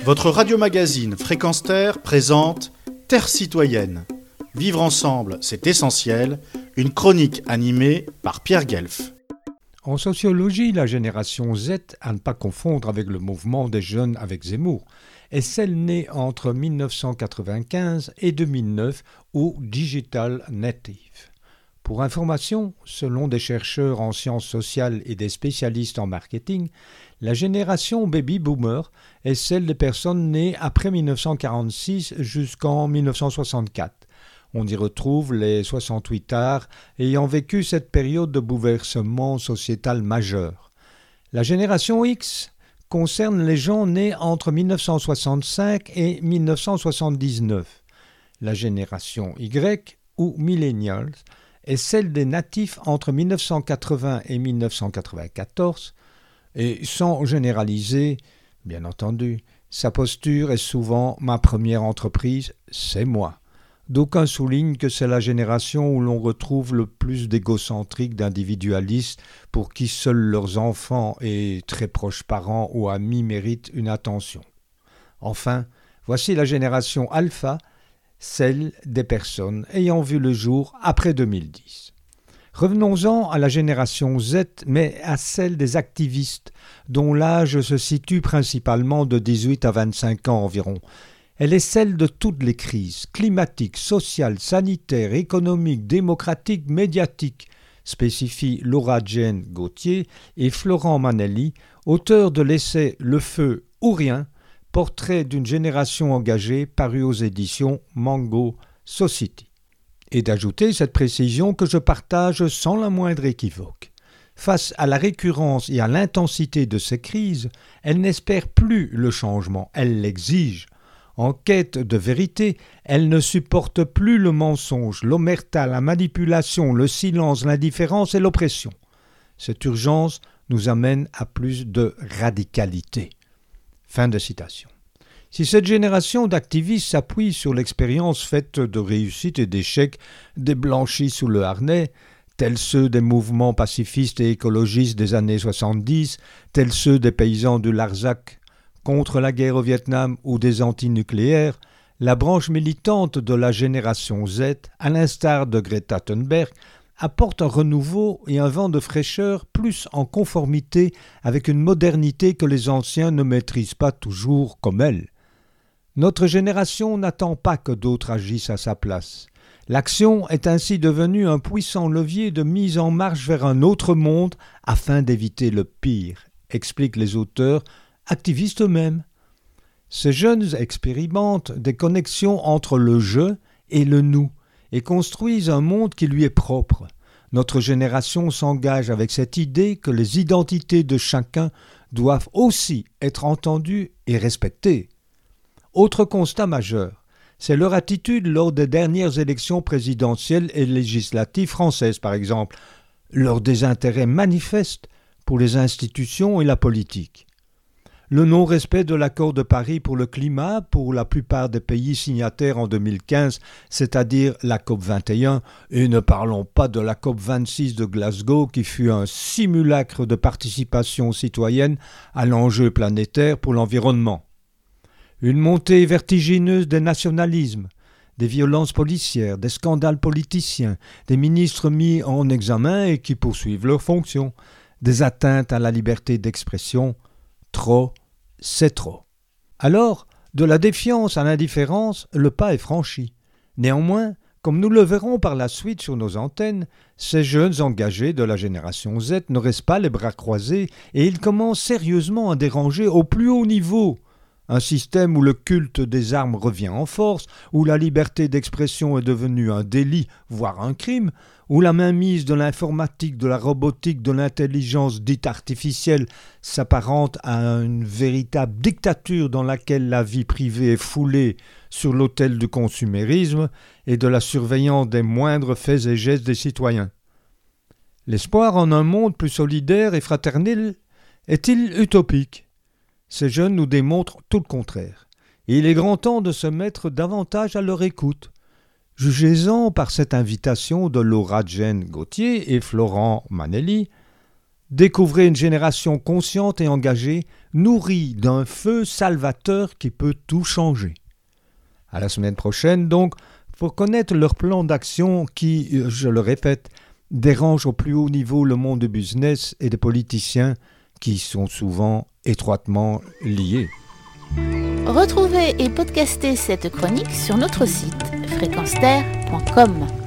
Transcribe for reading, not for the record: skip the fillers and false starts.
Votre radio-magazine Fréquence Terre présente Terre citoyenne. Vivre ensemble, c'est essentiel. Une chronique animée par Pierre Guelf. En sociologie, la génération Z, à ne pas confondre avec le mouvement des jeunes avec Zemmour, est celle née entre 1995 et 2009 ou Digital Native. Pour information, selon des chercheurs en sciences sociales et des spécialistes en marketing, la génération baby boomer est celle des personnes nées après 1946 jusqu'en 1964. On y retrouve les 68ards ayant vécu cette période de bouleversement sociétal majeur. La génération X concerne les gens nés entre 1965 et 1979. La génération Y, ou millennials, est celle des natifs entre 1980 et 1994, et sans généraliser, bien entendu, sa posture est souvent « ma première entreprise, c'est moi ». D'aucuns soulignent que c'est la génération où l'on retrouve le plus d'égocentriques, d'individualistes, pour qui seuls leurs enfants et très proches parents ou amis méritent une attention. Enfin, voici la génération alpha, celle des personnes ayant vu le jour après 2010. Revenons-en à la génération Z, mais à celle des activistes, dont l'âge se situe principalement de 18 à 25 ans environ. Elle est celle de toutes les crises, climatiques, sociales, sanitaires, économiques, démocratiques, médiatiques, spécifient Laura Jane Gauthier et Florent Manelli, auteurs de l'essai « Le feu ou rien », portrait d'une génération engagée paru aux éditions Mango Society. Et d'ajouter cette précision que je partage sans la moindre équivoque. Face à la récurrence et à l'intensité de ces crises, elle n'espère plus le changement, elle l'exige. En quête de vérité, elle ne supporte plus le mensonge, l'omerta, la manipulation, le silence, l'indifférence et l'oppression. Cette urgence nous amène à plus de radicalité. Fin de citation. Si cette génération d'activistes s'appuie sur l'expérience faite de réussites et d'échecs des blanchis sous le harnais, tels ceux des mouvements pacifistes et écologistes des années 70, tels ceux des paysans du Larzac contre la guerre au Vietnam ou des antinucléaires, la branche militante de la génération Z, à l'instar de Greta Thunberg, apporte un renouveau et un vent de fraîcheur plus en conformité avec une modernité que les anciens ne maîtrisent pas toujours comme elle. Notre génération n'attend pas que d'autres agissent à sa place. L'action est ainsi devenue un puissant levier de mise en marche vers un autre monde afin d'éviter le pire, expliquent les auteurs, activistes eux-mêmes. Ces jeunes expérimentent des connexions entre le « je » et le « nous » et construisent un monde qui lui est propre. Notre génération s'engage avec cette idée que les identités de chacun doivent aussi être entendues et respectées. Autre constat majeur, c'est leur attitude lors des dernières élections présidentielles et législatives françaises, par exemple, leur désintérêt manifeste pour les institutions et la politique. Le non-respect de l'accord de Paris pour le climat pour la plupart des pays signataires en 2015, c'est-à-dire la COP21, et ne parlons pas de la COP26 de Glasgow qui fut un simulacre de participation citoyenne à l'enjeu planétaire pour l'environnement. Une montée vertigineuse des nationalismes, des violences policières, des scandales politiciens, des ministres mis en examen et qui poursuivent leurs fonctions, des atteintes à la liberté d'expression. Trop, c'est trop. Alors, de la défiance à l'indifférence, le pas est franchi. Néanmoins, comme nous le verrons par la suite sur nos antennes, ces jeunes engagés de la génération Z ne restent pas les bras croisés et ils commencent sérieusement à déranger au plus haut niveau. Un système où le culte des armes revient en force, où la liberté d'expression est devenue un délit, voire un crime, où la mainmise de l'informatique, de la robotique, de l'intelligence dite artificielle s'apparente à une véritable dictature dans laquelle la vie privée est foulée sur l'autel du consumérisme et de la surveillance des moindres faits et gestes des citoyens. L'espoir en un monde plus solidaire et fraternel est-il utopique ? Ces jeunes nous démontrent tout le contraire. Et il est grand temps de se mettre davantage à leur écoute. Jugez-en par cette invitation de Laura Jane Gauthier et Florent Manelli. Découvrez une génération consciente et engagée, nourrie d'un feu salvateur qui peut tout changer. À la semaine prochaine, donc, pour connaître leur plan d'action qui, je le répète, dérange au plus haut niveau le monde du business et des politiciens qui sont souvent étroitement liés. Retrouvez et podcastez cette chronique sur notre site fréquenceterre.com.